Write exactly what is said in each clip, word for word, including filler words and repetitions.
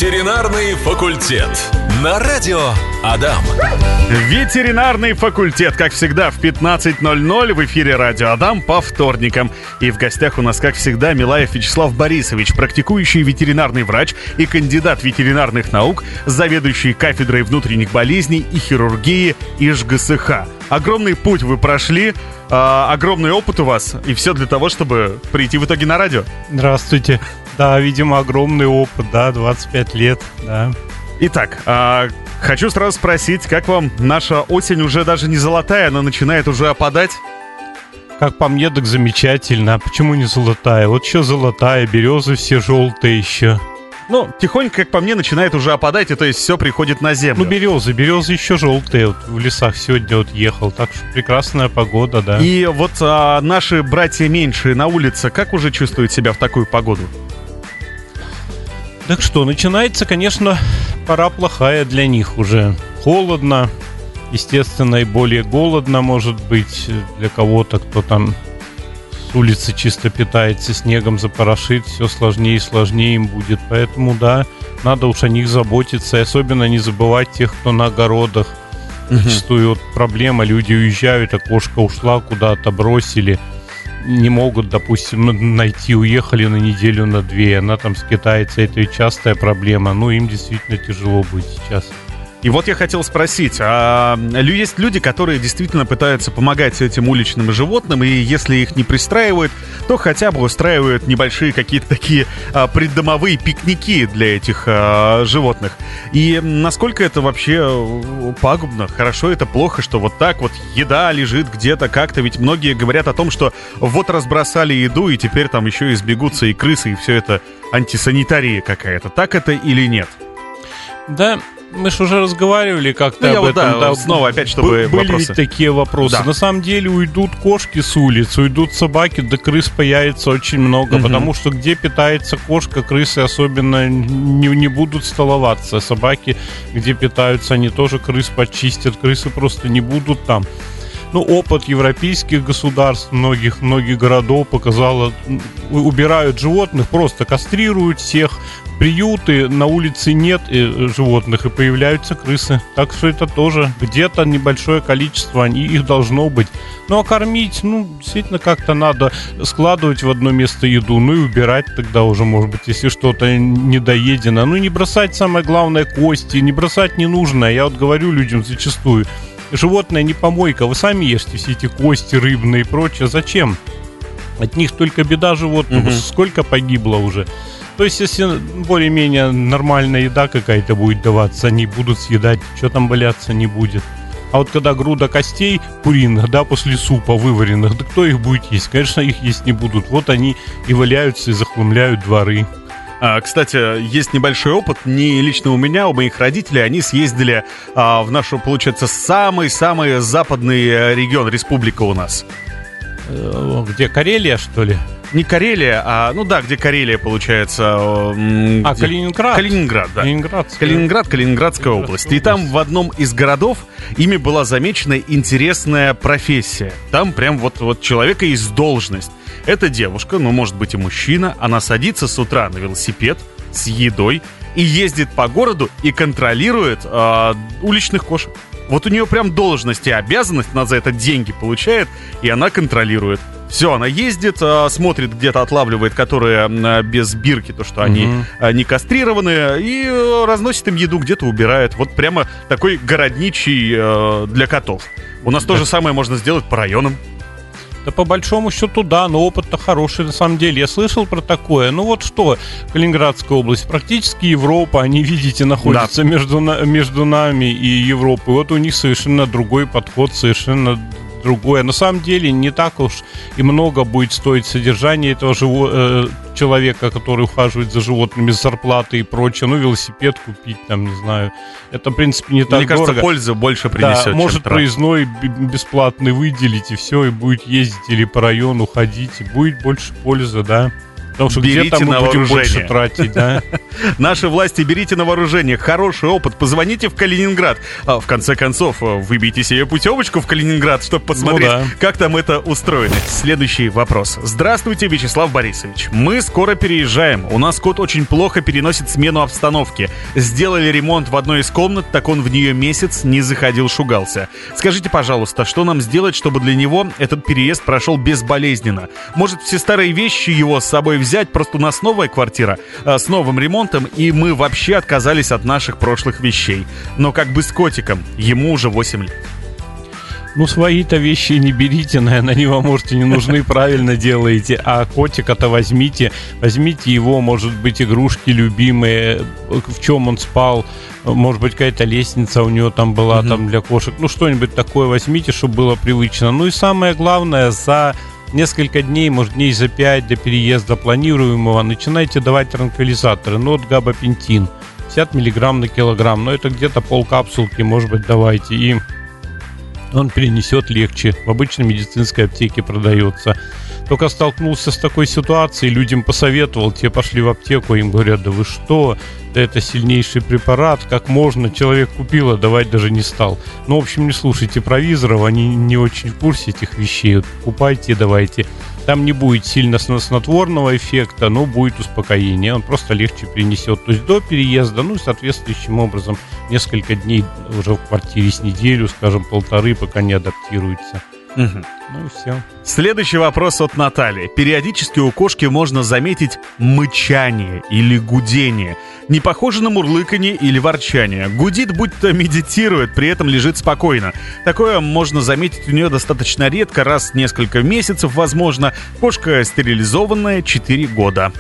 Ветеринарный факультет. На радио Адам. Ветеринарный факультет, как всегда, в пятнадцать ноль ноль в эфире радио Адам по вторникам. И в гостях у нас, как всегда, Милаев Вячеслав Борисович, практикующий ветеринарный врач и кандидат ветеринарных наук, заведующий кафедрой внутренних болезней и хирургии ИжГСХ. Огромный путь вы прошли, э, огромный опыт у вас, и все для того, чтобы прийти в итоге на радио. Здравствуйте. Да, видимо, огромный опыт, да, двадцать пять лет, да. Итак, э, хочу сразу спросить, как вам наша осень уже даже не золотая, она начинает уже опадать? Как по мне, так замечательно. А почему не золотая? Вот еще золотая, березы все желтые еще. Ну, тихонько, как по мне, начинает уже опадать, и то есть все приходит на землю. Ну, березы, березы еще желтые. Вот в лесах сегодня вот ехал, так что прекрасная погода, да. И вот а, наши братья меньшие на улице, как уже чувствуют себя в такую погоду? Так что, начинается, конечно, пора плохая для них уже. Холодно, естественно, и более голодно, может быть, для кого-то, кто там с улицы чисто питается, снегом запорошит, все сложнее и сложнее им будет. Поэтому, да, надо уж о них заботиться, и особенно не забывать тех, кто на огородах. Угу. Зачастую вот проблема, люди уезжают, а кошка ушла куда-то, бросили. Не могут, допустим, найти, уехали на неделю, на две, она там скитается, это и частая проблема, ну, им действительно тяжело будет сейчас. И вот я хотел спросить, а есть люди, которые действительно пытаются помогать этим уличным животным, и если их не пристраивают, то хотя бы устраивают небольшие какие-то такие а, придомовые пикники для этих а, животных. И насколько это вообще пагубно, хорошо это плохо, что вот так вот еда лежит где-то как-то, ведь многие говорят о том, что вот разбросали еду, и теперь там еще избегутся и крысы, и все это антисанитария какая-то. Так это или нет? Да... Мы же уже разговаривали как-то ну, об вот, этом. Да, да, снова опять, чтобы были вопросы. Ведь такие вопросы. Да. На самом деле уйдут кошки с улиц, уйдут собаки, да крыс появится очень много. Угу. Потому что где питается кошка, крысы особенно не, не будут столоваться. Собаки, где питаются, они тоже крыс почистят. Крысы просто не будут там. Ну, опыт европейских государств, многих, многих городов показал, убирают животных, просто кастрируют всех, приюты, на улице нет животных, и появляются крысы. Так что это тоже где-то небольшое количество, они, их должно быть. Ну, а кормить, ну, действительно как-то надо складывать в одно место еду, ну и убирать тогда уже, может быть, если что-то недоедено. Ну, не бросать, самое главное, кости, не бросать ненужное. Я вот говорю людям зачастую, животное не помойка, вы сами ешьте все эти кости рыбные и прочее. Зачем? От них только беда животных. Угу. Сколько погибло уже. То есть, если более-менее нормальная еда какая-то будет даваться, они будут съедать, что там валяться не будет. А вот когда груда костей куриных, да, после супа вываренных, да кто их будет есть? Конечно, их есть не будут. Вот они и валяются, и захламляют дворы. А, кстати, есть небольшой опыт, не лично у меня, у моих родителей. Они съездили а, в нашу, получается, самый-самый западный регион, республика у нас. Где, Карелия, что ли? Не Карелия, а, ну да, где Карелия, получается. А, где? Калининград. Калининград, да. Калининград, Калининград, Калининградская область. И там в одном из городов ими была замечена интересная профессия. Там прям вот, вот человека есть должность. Эта девушка, ну, может быть, и мужчина, она садится с утра на велосипед с едой и ездит по городу и контролирует э, уличных кошек. Вот у нее прям должность и обязанность, она за это деньги получает, и она контролирует. Все, она ездит, э, смотрит, где-то отлавливает, которые э, без бирки, то, что они э, не кастрированные, и э, разносит им еду, где-то убирает. Вот прямо такой городничий э, для котов. У нас да. То же самое можно сделать по районам. Да по большому счету, да, но опыт-то хороший на самом деле. Я слышал про такое. Ну вот что, Калининградская область, практически Европа, они, видите, находятся да. между, между нами и Европой. Вот у них совершенно другой подход, совершенно другое. На самом деле не так уж и много будет стоить содержание этого живо- э, человека, который ухаживает за животными, с зарплатой и прочее. Ну, велосипед купить, там, не знаю. Это, в принципе, не так Мне дорого. Мне кажется, пользу больше принесет, да, может, трат. проездной бесплатный выделить, и все, и будет ездить или по району ходить, и будет больше пользы, да. Потому что берите где-то мы на будем вооружение. больше тратить, да? Наши власти, берите на вооружение. Хороший опыт. Позвоните в Калининград. А, в конце концов, выбейте себе путевочку в Калининград, чтобы посмотреть, Ну да. как там это устроено. Следующий вопрос. Здравствуйте, Вячеслав Борисович. Мы скоро переезжаем. У нас кот очень плохо переносит смену обстановки. Сделали ремонт в одной из комнат, так он в нее месяц не заходил, шугался. Скажите, пожалуйста, что нам сделать, чтобы для него этот переезд прошел безболезненно? Может, все старые вещи его с собой взять? Просто у нас новая квартира э, с новым ремонтом, и мы вообще отказались от наших прошлых вещей. Но как бы с котиком, ему уже восемь лет. Ну, свои-то вещи не берите, наверное, они вам, может, и не нужны, правильно делаете. А котика-то возьмите, возьмите его, может быть, игрушки любимые, в чем он спал, может быть, какая-то лестница у него там была, mm-hmm. там для кошек. Ну, что-нибудь такое возьмите, чтобы было привычно. Ну и самое главное, за несколько дней, может, дней за пять до переезда планируемого начинайте давать транквилизаторы. Ну, вот габапентин, пятьдесят миллиграмм на килограмм, но это где-то полкапсулки, может быть, давайте. И он перенесет легче. В обычной медицинской аптеке продается. Только столкнулся с такой ситуацией, людям посоветовал, те пошли в аптеку, им говорят: да вы что, да это сильнейший препарат, как можно, человек купил, а давать даже не стал. Ну, в общем, не слушайте провизоров, они не очень в курсе этих вещей. Вот, покупайте, давайте. Там не будет сильно снотворного эффекта, но будет успокоение. Он просто легче перенесет. То есть до переезда, ну и соответствующим образом несколько дней уже в квартире, с неделю, скажем, полторы, пока не адаптируется. Угу. Ну и все. Следующий вопрос от Натальи. Периодически у кошки можно заметить мычание или гудение. Не похоже на мурлыканье или ворчание. Гудит, будто медитирует, при этом лежит спокойно. Такое можно заметить у нее достаточно редко, раз в несколько месяцев, возможно. Кошка стерилизованная, четыре года.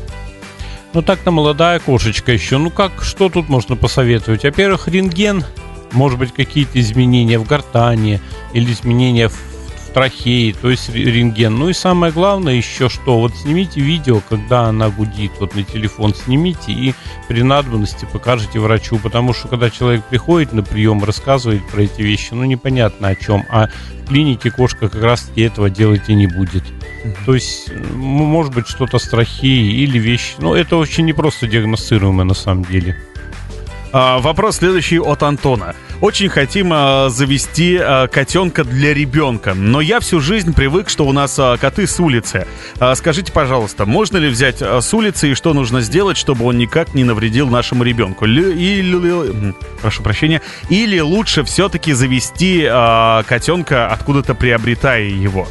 Ну так-то молодая кошечка еще. Ну как, что тут можно посоветовать? Во-первых, рентген. Может быть, какие-то изменения в гортани или изменения в трахеи, то есть рентген. Ну и самое главное еще что, вот снимите видео, когда она гудит, вот на телефон снимите и при надобности покажите врачу, потому что когда человек приходит на прием, рассказывает про эти вещи, ну непонятно о чем, а в клинике кошка как раз таки этого делать и не будет. Mm-hmm. То есть, может быть, что-то с трахеей или вещи, ну это очень непросто диагностируемо на самом деле. А, вопрос следующий от Антона. Очень хотим а, завести а, котенка для ребенка, но я всю жизнь привык, что у нас а, коты с улицы. А, скажите, пожалуйста, можно ли взять а, с улицы и что нужно сделать, чтобы он никак не навредил нашему ребенку? Ли, или, прошу прощения. Или лучше все-таки завести а, котенка, откуда-то приобретая его?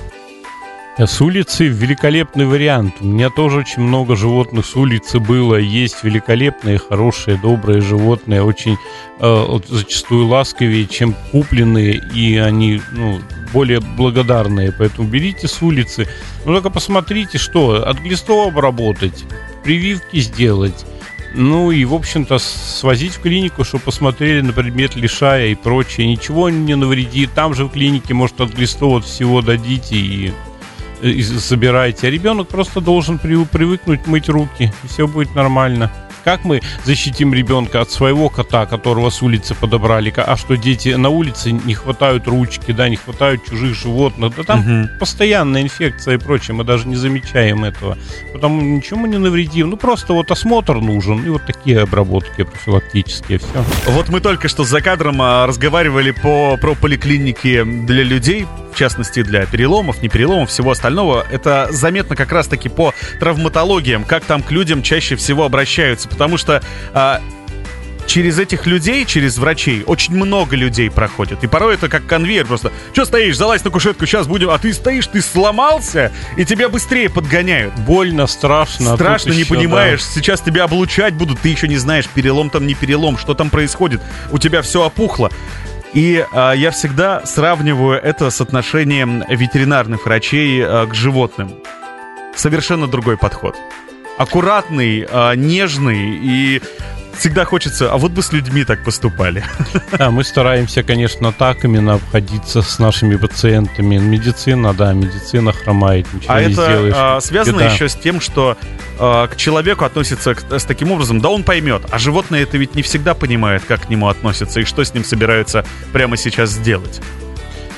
С улицы великолепный вариант. У меня тоже очень много животных с улицы было. Есть великолепные, хорошие, добрые животные, очень э, зачастую ласковее, чем купленные, и они ну, более благодарные. Поэтому берите с улицы. Но только посмотрите, что от глистов обработать, прививки сделать. Ну и, в общем-то, свозить в клинику, чтобы посмотрели на предмет лишая и прочее. Ничего не навредит. Там же в клинике, может, от глистов от всего дадите и... и забирайте, а ребенок просто должен при, привыкнуть мыть руки, и все будет нормально. Как мы защитим ребенка от своего кота, которого с улицы подобрали? А что, дети на улице не хватают ручки, да, не хватают чужих животных? Да там угу. постоянная инфекция и прочее, мы даже не замечаем этого. Потому ничего мы не навредим. Ну, просто вот осмотр нужен, и вот такие обработки профилактические, все. Вот мы только что за кадром а, разговаривали по, про поликлиники для людей, в частности, для переломов, не переломов, всего остального. Это заметно как раз-таки по травматологиям, как там к людям чаще всего обращаются. Потому что а, через этих людей, через врачей, очень много людей проходит. И порой это как конвейер просто. Че стоишь, залазь на кушетку, сейчас будем. А ты стоишь, ты сломался, и тебя быстрее подгоняют. Больно, страшно. Страшно, не еще, понимаешь. Да. Сейчас тебя облучать будут, ты еще не знаешь, перелом там, не перелом, что там происходит. У тебя все опухло. И а, я всегда сравниваю это с отношением ветеринарных врачей а, к животным. Совершенно другой подход. Аккуратный, а, нежный, и всегда хочется, а вот бы с людьми так поступали. Да, мы стараемся, конечно, так именно обходиться с нашими пациентами. Медицина, да, медицина хромает, ничего а не это, сделаешь. А, связано Беда. еще с тем, что а, к человеку относятся к, с таким образом, да он поймет, а животное это ведь не всегда понимает, как к нему относятся и что с ним собираются прямо сейчас сделать.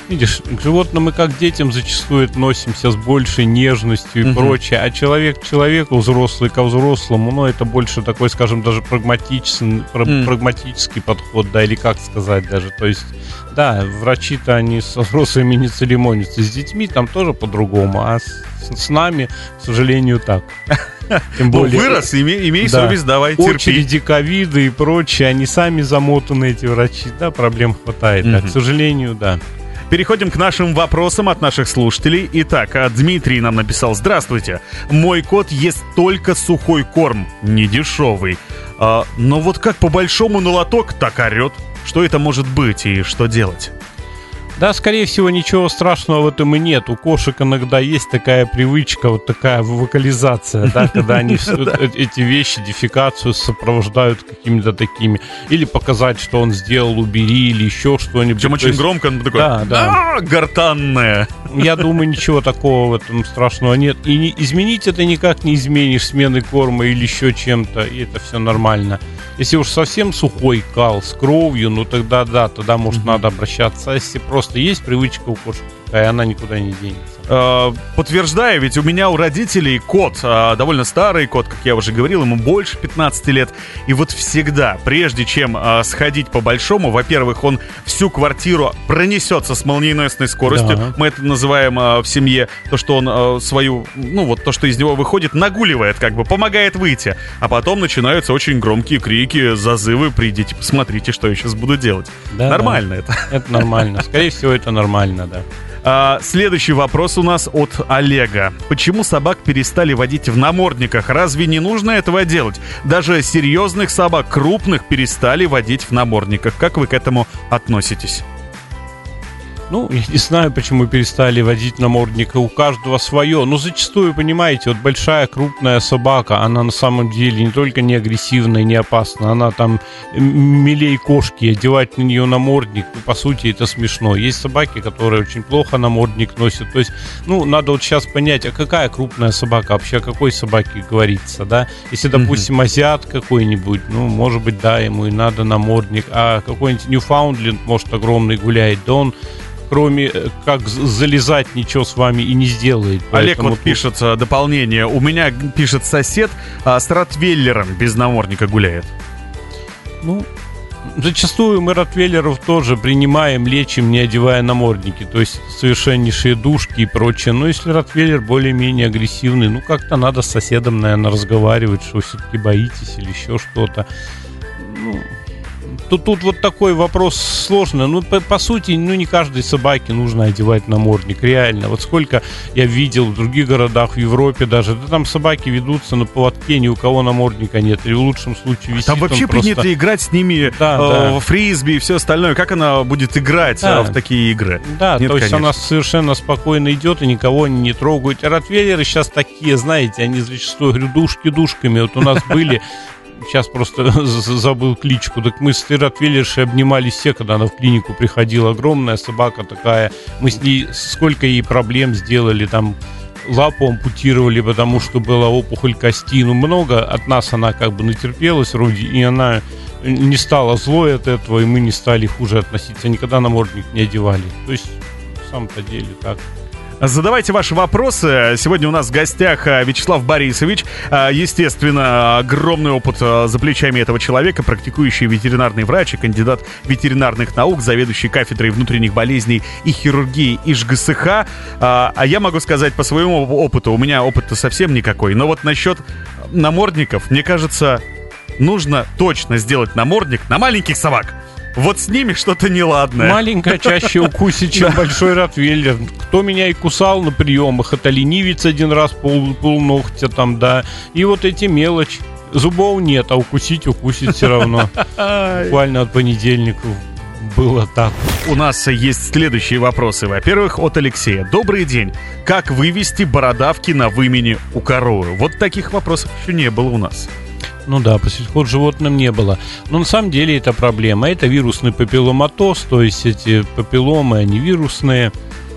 видишь, к животным мы как к детям зачастую относимся с большей нежностью и угу. прочее, а человек к человеку, взрослый ко взрослому, ну, это больше такой, скажем, даже прагматичный, mm. прагматический подход, да, или как сказать даже, то есть, да, врачи-то они со взрослыми не церемонятся, с детьми там тоже по-другому, а с, с нами, к сожалению, так. Тем более, ну, вырос, имей, имей да. совесть, давай, терпи. Очереди, ковиды и прочее, они сами замотаны, эти врачи, да, проблем хватает, mm-hmm. да, к сожалению, да. Переходим к нашим вопросам от наших слушателей. Итак, Дмитрий нам написал: здравствуйте, мой кот ест только сухой корм, не дешевый. А, но вот как по большому на лоток, так орет. Что это может быть и что делать? Да, скорее всего, ничего страшного в этом и нет. У кошек иногда есть такая привычка, вот такая вокализация, да, когда они эти вещи, дефекацию сопровождают какими-то такими. Или показать, что он сделал, убери, или еще что-нибудь. Чем очень громко, он такой, да, да, гортанное. Я думаю, ничего такого в этом страшного нет. И не, изменить это никак не изменишь сменой корма или еще чем-то, и это все нормально. Если уж совсем сухой кал с кровью, ну тогда да, тогда, может, mm-hmm. надо обращаться. А если просто есть привычка у кошек, такая, она никуда не денется. Uh, подтверждаю, ведь у меня у родителей кот, uh, довольно старый кот, как я уже говорил, ему больше пятнадцати лет. И вот всегда, прежде чем uh, сходить по-большому, во-первых, он всю квартиру пронесется с молниеносной скоростью. Да. Мы это называем uh, в семье, то, что он uh, свою, ну вот то, что из него выходит, нагуливает, как бы, помогает выйти. А потом начинаются очень громкие крики, зазывы: придите, посмотрите, что я сейчас буду делать. Да, нормально да. это? Это нормально, скорее всего, это нормально, да. А, следующий вопрос у нас от Олега. Почему собак перестали водить в намордниках? Разве не нужно этого делать? Даже серьезных собак, крупных, перестали водить в намордниках. Как вы к этому относитесь? Ну, я не знаю, почему перестали водить намордника. У каждого свое. Но зачастую, понимаете, вот большая крупная собака, она на самом деле не только не агрессивная, не опасна, она там милей кошки. Одевать на нее намордник, ну, по сути, это смешно. Есть собаки, которые очень плохо намордник носят. То есть, ну, надо вот сейчас понять, а какая крупная собака? Вообще о какой собаке говорится, да? Если, допустим, азиат какой-нибудь, ну, может быть, да, ему и надо намордник. А какой-нибудь Ньюфаундленд, может, огромный гуляет, да он, кроме как залезать, ничего с вами и не сделает. Олег вот тут... пишет дополнение. У меня, пишет сосед, с ротвейлером без намордника гуляет. Ну, зачастую мы ротвейлеров тоже принимаем, лечим, не одевая намордники. То есть совершеннейшие душки и прочее. Но если ротвейлер более-менее агрессивный, ну как-то надо с соседом, наверное, разговаривать, что вы все-таки боитесь или еще что-то. Ну... Тут, тут вот такой вопрос сложный. Ну, по, по сути, ну, не каждой собаке нужно одевать намордник. Реально. Вот сколько я видел в других городах, в Европе даже, да там собаки ведутся на поводке, ни у кого намордника нет. Или в лучшем случае висит. Там вообще просто... принято играть с ними да, э, да. в фрисби и все остальное. Как она будет играть да. в такие игры? Да, нет, то есть конечно. Она совершенно спокойно идет и никого не трогает. Ротвейлеры сейчас такие, знаете, они зачастую, говорю, душки душками. Вот у нас были... Сейчас просто забыл кличку. Так мы с ротвейлершей обнимались все, когда она в клинику приходила. Огромная собака такая. Мы с ней сколько ей проблем сделали. Там лапу ампутировали, потому что была опухоль кости. Ну, много от нас она как бы натерпелась вроде. И она не стала злой от этого. И мы не стали хуже относиться. Никогда намордник не одевали. То есть, в самом-то деле так. Задавайте ваши вопросы. Сегодня у нас в гостях Вячеслав Борисович. Естественно, огромный опыт за плечами этого человека, практикующий ветеринарный врач и кандидат ветеринарных наук, заведующий кафедрой внутренних болезней и хирургии ИЖГСХ. А я могу сказать по своему опыту, у меня опыта совсем никакой, но вот насчет намордников, мне кажется, нужно точно сделать намордник на маленьких собак. Вот с ними что-то неладное. Маленькая чаще укусит, чем большой ротвейлер. Кто меня и кусал на приемах, это ленивец один раз, пол, пол ногтя там, да. И вот эти мелочи. Зубов нет, а укусить укусит все равно. Буквально от понедельника было так. У нас есть следующие вопросы. Во-первых, от Алексея. Добрый день. Как вывести бородавки на вымене у коровы? Вот таких вопросов еще не было у нас. Ну да, по сельхозживотным не было. Но на самом деле это проблема. Это вирусный папилломатоз, то есть эти папилломы, они вирусные.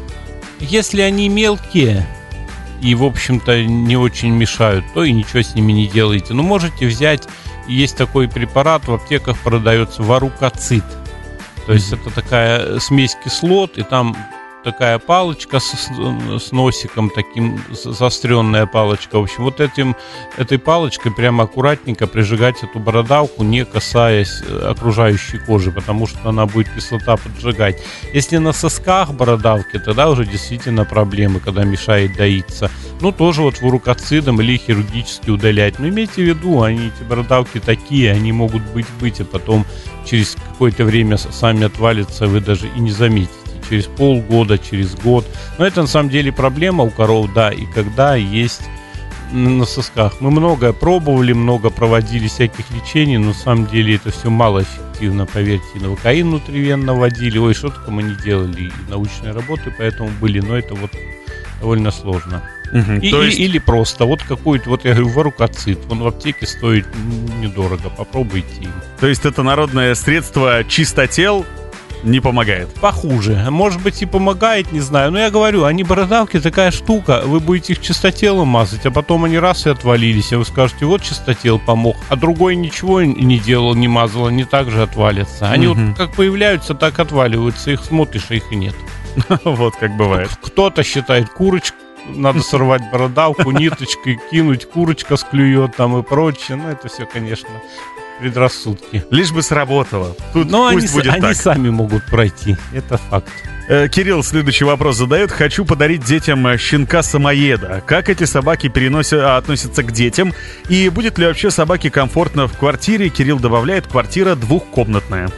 Если они мелкие и, в общем-то, не очень мешают, то и ничего с ними не делаете. Но можете взять, есть такой препарат, в аптеках продается варукацид. То есть это такая смесь кислот, и там такая палочка с, с носиком, таким заостренная палочка. В общем, вот этим, этой палочкой прямо аккуратненько прижигать эту бородавку, не касаясь окружающей кожи, потому что она будет кислота поджигать. Если на сосках бородавки, тогда уже действительно проблемы, когда мешает доиться. Ну, тоже вот фурукацидом или хирургически удалять. Но имейте в виду, они, эти бородавки такие, они могут быть быть, и потом через какое-то время сами отвалятся, вы даже и не заметите. Через полгода, через год. Но это на самом деле проблема у коров, да, и когда есть на сосках. Мы многое пробовали, много проводили всяких лечений, но на самом деле это все малоэффективно, поверьте. Новокаин внутривенно вводили, ой, что только мы не делали, и научные работы поэтому были, но это вот довольно сложно. Угу, и, то есть... и, или просто вот какой-то, вот я говорю, варукацид, он в аптеке стоит недорого, попробуйте им. То есть это народное средство чистотел не помогает? Похуже. Может быть и помогает, не знаю. Но я говорю, они бородавки такая штука. Вы будете их чистотелом мазать, а потом они раз и отвалились. А вы скажете, вот чистотел помог, а другой ничего не делал, не мазал, они так же отвалятся. Они угу. вот как появляются, так отваливаются. Их смотришь, а их и нет. Вот как бывает. Кто-то считает курочку. Надо сорвать бородавку, ниточкой кинуть, курочка склюет там и прочее. Ну, это все, конечно, предрассудки. Лишь бы сработало. Тут Но пусть они, будет они так. сами могут пройти. Это факт. Э, Кирилл следующий вопрос задает. Хочу подарить детям щенка-самоеда. Как эти собаки переносят, относятся к детям? И будет ли вообще собаке комфортно в квартире? Кирилл добавляет, квартира двухкомнатная.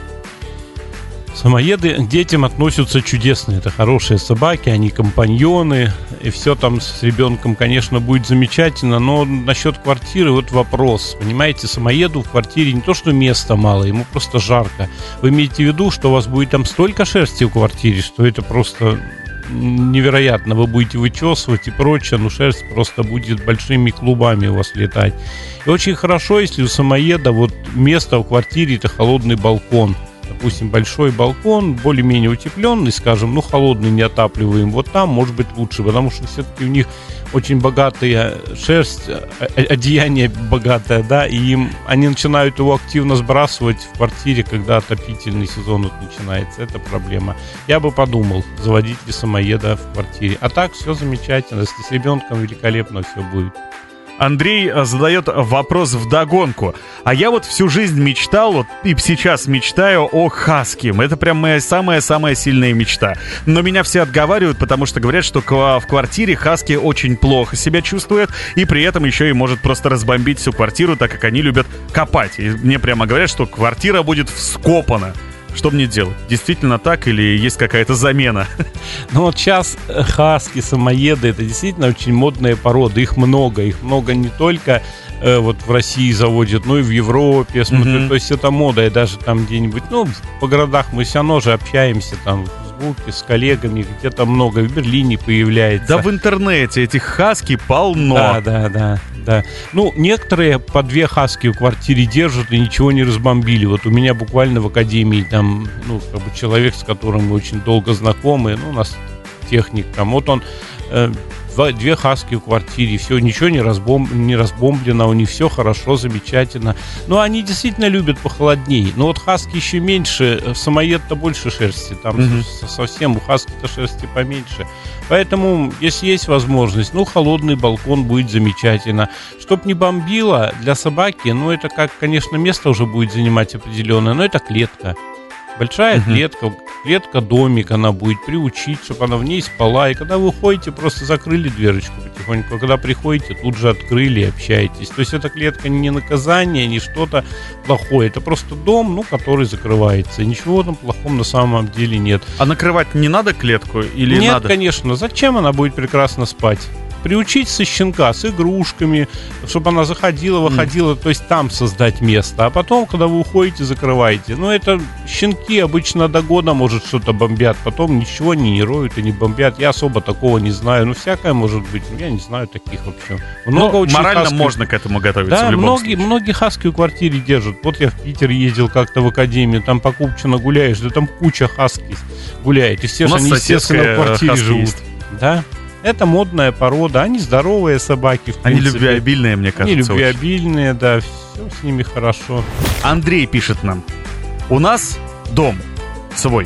Самоеды к детям относятся чудесно. Это хорошие собаки, они компаньоны. И все там с ребенком, конечно, будет замечательно. Но насчет квартиры вот вопрос. Понимаете, самоеду в квартире не то, что места мало, ему просто жарко. Вы имеете в виду, что у вас будет там столько шерсти в квартире, что это просто невероятно. Вы будете вычесывать и прочее, но шерсть просто будет большими клубами у вас летать. И очень хорошо, если у самоеда вот место в квартире — это холодный балкон. Допустим, большой балкон, более-менее утепленный, скажем, ну, холодный, неотапливаемый, вот там может быть лучше, потому что все-таки у них очень богатая шерсть, одеяние богатое, да, и им, они начинают его активно сбрасывать в квартире, когда отопительный сезон вот начинается. Это проблема. Я бы подумал, заводить ли самоеда в квартире. А так все замечательно, если с ребенком великолепно все будет. Андрей задает вопрос вдогонку. А я вот всю жизнь мечтал, вот и сейчас мечтаю о хаски. Это прям моя самая-самая сильная мечта. Но меня все отговаривают, потому что говорят, что в квартире хаски очень плохо себя чувствует, и при этом еще и может просто разбомбить всю квартиру, так как они любят копать. И мне прямо говорят, что квартира будет вскопана. Что мне делать? Действительно так или есть какая-то замена? Ну вот сейчас хаски, самоеды — это действительно очень модные породы. Их много. Их много не только э, вот в России заводят, но и в Европе. Смотрю, mm-hmm. То есть это мода. И даже там где-нибудь, ну, по городах мы все равно же общаемся там в Фейсбуке с коллегами, где-то много. В Берлине появляется. Да в интернете этих хаски полно. Да, да, да. Да. Ну, некоторые по две хаски в квартире держат и ничего не разбомбили. Вот у меня буквально в академии там, ну, как бы человек, с которым мы очень долго знакомы, ну, у нас техник там, вот он э, два, две хаски в квартире, все, ничего не, разбом, не разбомблено, у них все хорошо, замечательно. Но они действительно любят похолоднее. Но вот хаски еще меньше, самоед-то больше шерсти, там mm-hmm. совсем у хаски-то шерсти поменьше. Поэтому, если есть возможность, ну, холодный балкон будет замечательно. Чтоб не бомбило для собаки, ну, это как, конечно, место уже будет занимать определенное, но это клетка. Большая uh-huh. клетка, клетка-домик, она будет приучить, чтобы она в ней спала. И когда вы уходите, просто закрыли дверочку потихоньку. А когда приходите, тут же открыли и общаетесь. То есть эта клетка не наказание, не что-то плохое. Это просто дом, ну, который закрывается. И ничего там плохого на самом деле нет. А накрывать не надо клетку или нет, надо? Нет, конечно. Зачем она будет прекрасно спать? Приучить со щенка, с игрушками, чтобы она заходила, выходила, mm. то есть там создать место. А потом, когда вы уходите, закрываете. Но это щенки обычно до года, может, что-то бомбят, потом ничего не роют и не бомбят. Я особо такого не знаю. Ну, всякое может быть. Я не знаю таких вообще. Много очень морально хаски... можно к этому готовиться, да, в любом многие, случае. многие хаски в квартире держат. Вот я в Питер ездил как-то в академию, там по Купчино гуляешь, да там куча хаски гуляет. И все же они, естественно, в квартире живут. Есть. Да. Это модная порода, они здоровые собаки, в Они принципе. любвеобильные, мне кажется. Они любвеобильные, очень. Да, все с ними хорошо. Андрей пишет нам. У нас дом свой.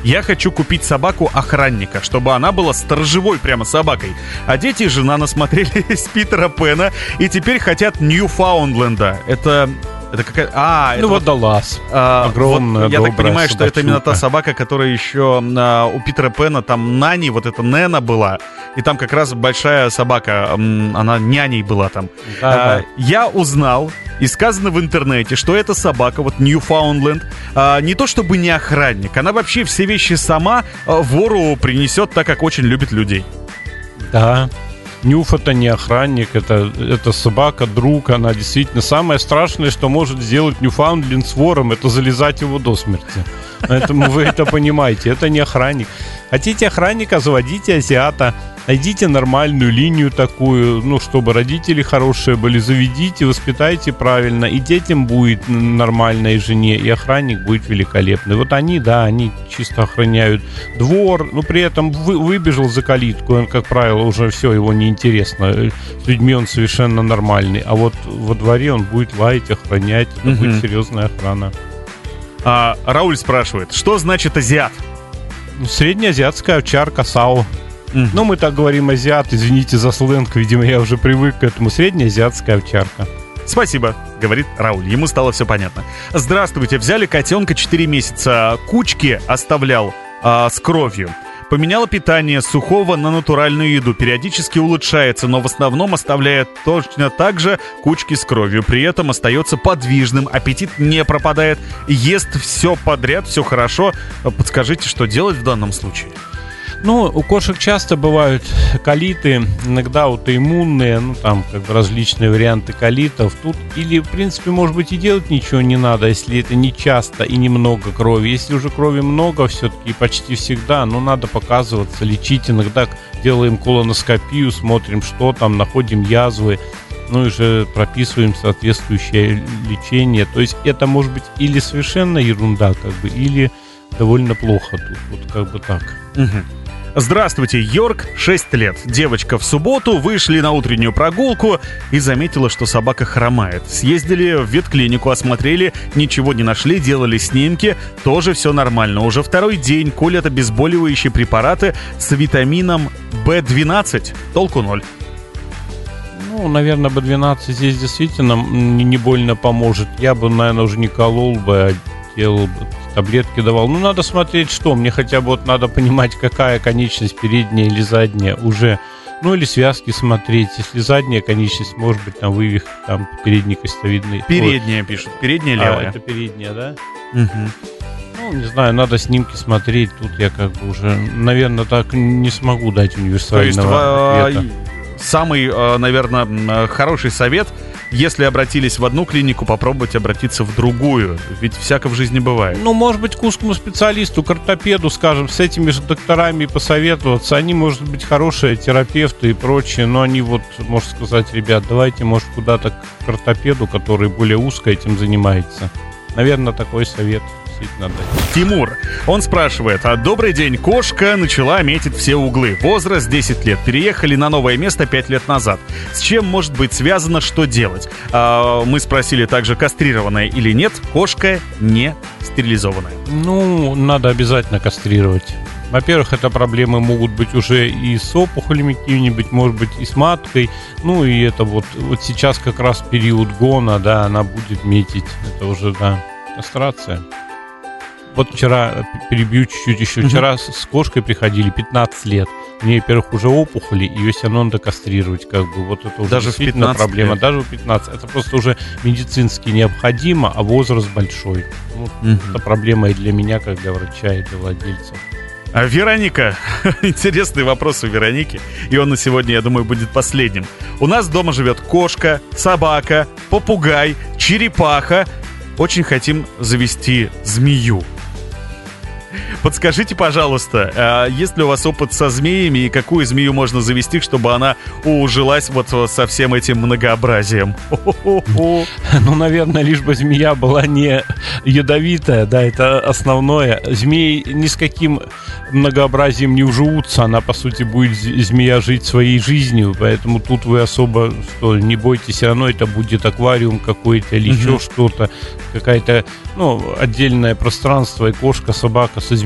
Я хочу купить собаку-охранника, чтобы она была сторожевой прямо собакой. А дети и жена насмотрелись Питера Пэна и теперь хотят Ньюфаундленда. Это... Это какая... А, ну, это водолаз. А, Огромная, вот, я так понимаю, собачука. что это именно та собака, которая еще а, у Питера Пэна там Нани, вот эта Нена была. И там как раз большая собака, м, она няней была там. Да, а, да. Я узнал, и сказано в интернете, что эта собака, вот Ньюфаундленд, а, не то чтобы не охранник, она вообще все вещи сама а, вору принесет, так как очень любит людей. Да. Нюф — это не охранник, это, это собака, друг. Она действительно самое страшное, что может сделать Ньюфаундленд с вором, это залезать его до смерти. Поэтому вы это понимаете, это не охранник. Хотите охранника, заводите азиата. Найдите нормальную линию такую, ну, чтобы родители хорошие были, заведите, воспитайте правильно, и детям будет нормально, и жене, и охранник будет великолепный. Вот они, да, они чисто охраняют двор, но при этом вы, выбежал за калитку, он, как правило, уже все, его неинтересно. С людьми он совершенно нормальный, а вот во дворе он будет лаять, охранять, это Мгм. будет серьезная охрана. А, Рауль спрашивает, что значит азиат? Среднеазиатская овчарка САО. Мгм. Ну, мы так говорим азиат, извините за сленг, видимо, я уже привык к этому. Среднеазиатская овчарка. Спасибо, говорит Рауль. Ему стало все понятно. Здравствуйте. Взяли котенка четыре месяца. Кучки оставлял а, с кровью. Поменяла питание с сухого на натуральную еду. Периодически улучшается, но в основном оставляет точно так же кучки с кровью. При этом остается подвижным, аппетит не пропадает, ест все подряд, все хорошо. Подскажите, что делать в данном случае? Ну, у кошек часто бывают колиты, иногда аутоиммунные, ну, там, как бы различные варианты колитов. Тут или, в принципе, может быть, и делать ничего не надо, если это не часто и немного крови. Если уже крови много все-таки, почти всегда, ну, надо показываться, лечить. Иногда делаем колоноскопию, смотрим, что там, находим язвы, ну, и же прописываем соответствующее лечение. То есть это может быть или совершенно ерунда, как бы, или довольно плохо тут, вот как бы так. Угу. Здравствуйте, Йорк, шесть лет. Девочка в субботу, вышли на утреннюю прогулку и заметила, что собака хромает. Съездили в ветклинику, осмотрели, ничего не нашли, делали снимки, тоже все нормально. Уже второй день колят обезболивающие препараты с витамином бэ двенадцать, толку ноль. Ну, наверное, бэ двенадцать здесь действительно не, не больно поможет. Я бы, наверное, уже не колол бы, а делал бы, таблетки давал. Ну, надо смотреть, что. Мне хотя бы вот надо понимать, какая конечность, передняя или задняя уже. Ну, или связки смотреть. Если задняя конечность, может быть, там вывих, там передний костовидный. Передняя пишут, передняя А, левая. это передняя, да? Мгм. Ну, не знаю, надо снимки смотреть. Тут я как бы уже, наверное, так не смогу дать То есть, универсального ва- ответа. самый, э, наверное, м, хороший совет, если обратились в одну клинику, попробовать обратиться в другую. Ведь всяко в жизни бывает. Ну, может быть, к узкому специалисту, к ортопеду, скажем, с этими же докторами посоветоваться. Они, может быть, хорошие терапевты и прочее, но они вот, можно сказать, ребят, давайте, может, куда-то к ортопеду, который более узко этим занимается. Наверное, такой совет действительно дать. Тимур, он спрашивает, а добрый день, кошка начала метить все углы. Возраст десять лет, переехали на новое место пять лет назад. С чем может быть связано, что делать? А, мы спросили также, кастрированная или нет. Кошка не стерилизованная. Ну, надо обязательно кастрировать. Во-первых, это проблемы могут быть уже и с опухолями какими-нибудь, может быть, и с маткой. Ну, и это вот, вот сейчас как раз период гона, да, она будет метить. Это уже, да, кастрация. Вот вчера, перебью чуть-чуть еще, вчера с, с кошкой приходили пятнадцать лет. У нее, во-первых, уже опухоли, ее все равно надо кастрировать, как бы. Вот это уже Даже в действительно пятнадцать проблема. лет. Даже в пятнадцать. Это просто уже медицински необходимо, а возраст большой. Ну, Мгм. это проблема и для меня, как для врача, и для владельцев. А Вероника, интересный вопрос у Вероники, и он на сегодня, я думаю, будет последним. У нас дома живет кошка, собака, попугай, черепаха. Очень хотим завести змею. Подскажите, пожалуйста, а есть ли у вас опыт со змеями и какую змею можно завести, чтобы она ужилась вот со всем этим многообразием? Хо-хо-хо. Ну, наверное, лишь бы змея была не ядовитая, да, это основное. Змеи ни с каким многообразием не уживутся, она, по сути, будет з- змея жить своей жизнью, поэтому тут вы особо, что, не бойтесь, все равно это будет аквариум какой-то или Мгм. еще что-то, какая-то, ну, отдельное пространство, и кошка, собака со змеей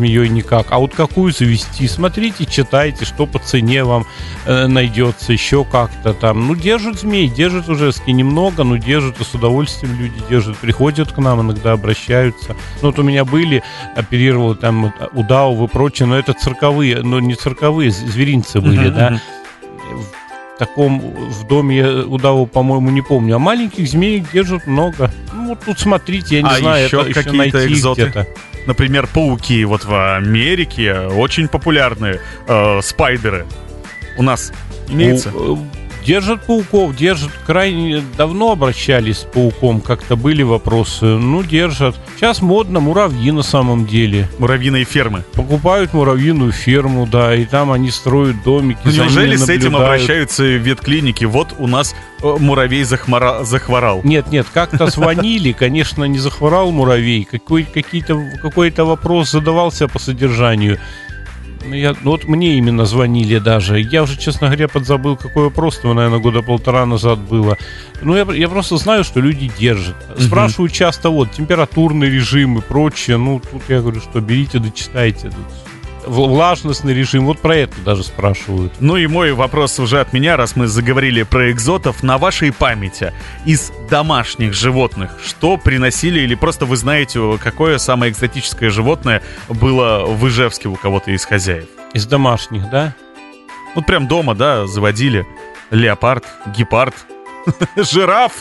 змеей никак. А вот какую завести? Смотрите, читайте, что по цене вам э, найдется, еще как-то там. Ну, держат змей, держат уже немного, но держат, и с удовольствием люди держат. Приходят к нам, иногда обращаются. Ну, вот у меня были, оперировал там удавы и прочее, но это цирковые, но не цирковые, зверинцы были, uh-huh, да. Uh-huh. В таком, в доме удаву, по-моему, не помню. А маленьких змей держат много. Ну, вот тут смотрите, я не а знаю, еще это какие-то еще найти экзоты? Где-то. Например, пауки. Вот в Америке очень популярные э, спайдеры. У нас имеется? У, держат пауков, держат. Крайне давно обращались с пауком, как-то были вопросы. Ну, держат. Сейчас модно муравьи на самом деле. Муравьиные фермы. Покупают муравьиную ферму, да, и там они строят домики. Ну, неужели с этим обращаются в ветклинике? Вот у нас муравей захмара... захворал. Нет, нет, как-то звонили, конечно, не захворал муравей. Какой, какие-то, какой-то вопрос задавался по содержанию. Я, ну вот мне именно звонили даже. Я уже, честно говоря, подзабыл, какой вопрос, то, наверное, года полтора назад было. Ну, я, я просто знаю, что люди держат. Спрашивают uh-huh. часто, вот, температурный режим и прочее. Ну, тут я говорю, что берите, дочитайте. Влажностный режим, вот про это даже спрашивают. Ну и мой вопрос уже от меня, раз мы заговорили про экзотов. На вашей памяти из домашних животных что приносили, или просто вы знаете, какое самое экзотическое животное было в Ижевске у кого-то из хозяев? Из домашних, да? Вот прям дома, да, заводили. Леопард, гепард, жираф.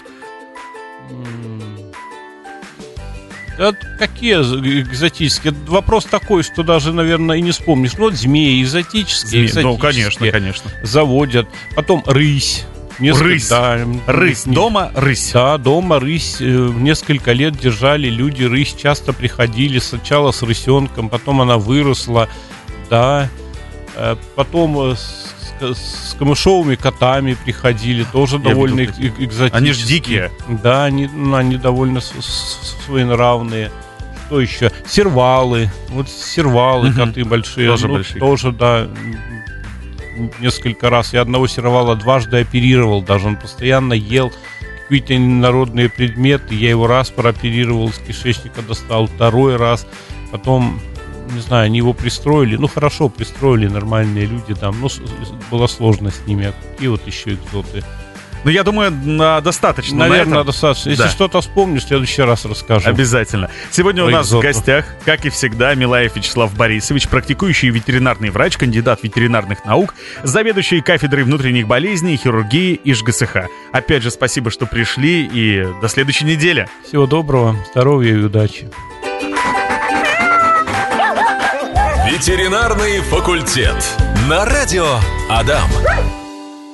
Это какие экзотические? Вопрос такой, что даже, наверное, и не вспомнишь. Ну, вот змеи экзотические, Змеи. Ну, конечно, конечно. Заводят. Потом рысь. Несколько, рысь. Да, рысь. Не... Дома рысь. Да, дома рысь. Несколько лет держали люди рысь. Часто приходили сначала с рысенком, потом она выросла. Да. Потом с, с камышовыми котами приходили. Тоже Я довольно видел, экзотические. Они же дикие. Да, они, ну, они довольно своенравные. Что еще? Сервалы. Вот сервалы, угу. коты большие. Тоже ну, большие. Тоже, да. Несколько раз. Я одного сервала дважды оперировал. Даже он постоянно ел какие-то народные предметы. Я его раз прооперировал, с кишечника достал. Второй раз. Потом, не знаю, они его пристроили. Ну, хорошо, пристроили нормальные люди там. Ну, было сложно с ними. А какие вот еще экзоты? Ну, я думаю, на достаточно. Наверное, на достаточно. Если да. что-то вспомню, в следующий раз расскажу. Обязательно. Сегодня Про у нас экзоту. в гостях, как и всегда, Милаев Вячеслав Борисович, практикующий ветеринарный врач, кандидат ветеринарных наук, заведующий кафедрой внутренних болезней и хирургии ИжГСХ. Опять же, спасибо, что пришли, и до следующей недели. Всего доброго, здоровья и удачи. Ветеринарный факультет. На радио Адам.